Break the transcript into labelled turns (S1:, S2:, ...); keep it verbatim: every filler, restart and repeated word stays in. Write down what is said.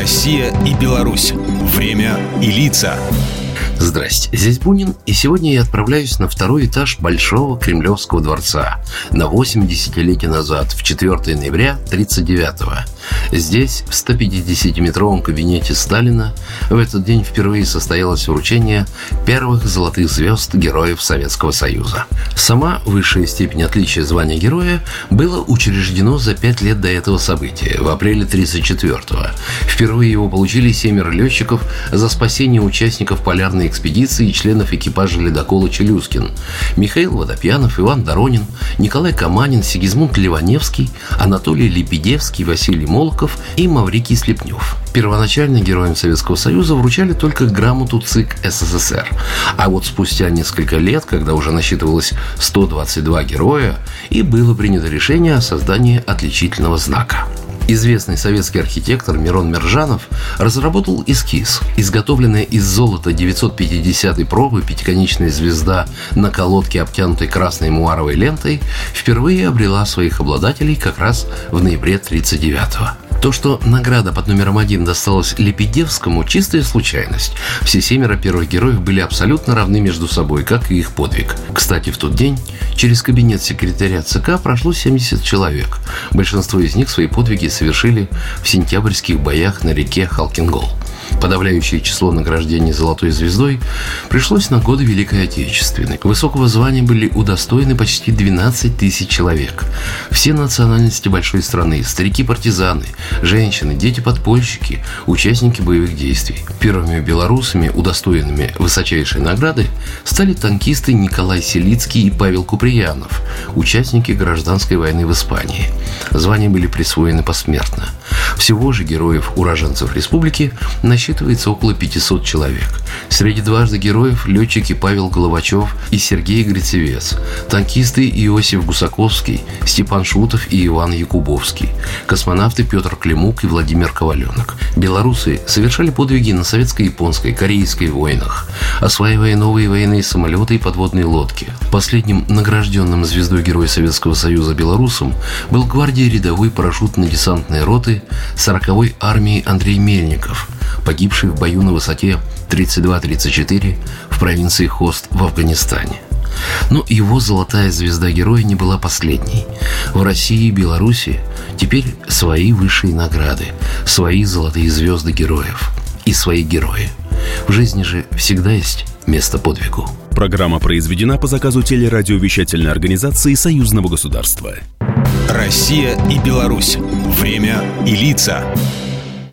S1: Россия и Беларусь. Время и лица.
S2: Здрасте, здесь Бунин, и сегодня я отправляюсь на второй этаж Большого Кремлевского дворца на восемь десятилетий назад, в четвёртого ноября тридцать девятого. Здесь, в сто пятидесятиметровом кабинете Сталина, в этот день впервые состоялось вручение первых золотых звезд Героев Советского Союза. Сама высшая степень отличия звания Героя было учреждено за пять лет до этого события, в апреле тридцать четвёртого. Впервые его получили семеро летчиков за спасение участников полярной экспедиции и членов экипажа ледокола «Челюскин». Михаил Водопьянов, Иван Доронин, Николай Каманин, Сигизмунд Ливаневский, Анатолий Лепедевский, Василий Молоков и Маврикий Слепнев. Первоначально героям Советского Союза вручали только грамоту ЦИК СССР. А вот спустя несколько лет, когда уже насчитывалось сто двадцать два героя, и было принято решение о создании отличительного знака. Известный советский архитектор Мирон Мержанов разработал эскиз. Изготовленная из золота девятьсот пятидесятой пробы пятиконечная звезда на колодке, обтянутой красной муаровой лентой, впервые обрела своих обладателей как раз в ноябре тридцать девятого. То, что награда под номером один досталась Лепедевскому, чистая случайность. Все семеро первых героев были абсолютно равны между собой, как и их подвиг. Кстати, в тот день через кабинет секретаря ЦК прошло семьдесят человек. Большинство из них свои подвиги совершили в сентябрьских боях на реке Халкингол. Подавляющее число награждений золотой звездой пришлось на годы Великой Отечественной. Высокого звания были удостоены почти двенадцать тысяч человек. Все национальности большой страны, старики-партизаны, женщины, дети-подпольщики, участники боевых действий. Первыми белорусами, удостоенными высочайшей награды, стали танкисты Николай Селицкий и Павел Куприянов, участники гражданской войны в Испании. Звания были присвоены посмертно. Всего же героев-уроженцев республики насчитывается около пятисот человек. Среди дважды героев летчики Павел Головачев и Сергей Грицевец, танкисты Иосиф Гусаковский, Степан Шутов и Иван Якубовский, космонавты Петр Климук и Владимир Коваленок. Белорусы совершали подвиги на советско-японской, корейской войнах, осваивая новые военные самолеты и подводные лодки. Последним награжденным звездой Героя Советского Союза белорусом был гвардии рядовой парашютно-десантной роты сороковой армии Андрей Мельников, погибший в бою на высоте тридцать два тридцать четыре в провинции Хост в Афганистане. Но его золотая звезда Героя не была последней. В России и Беларуси теперь свои высшие награды, свои золотые звезды героев и свои герои. В жизни же всегда есть место подвигу.
S1: Программа произведена по заказу телерадиовещательной организации Союзного государства. Россия и Беларусь. Время и лица.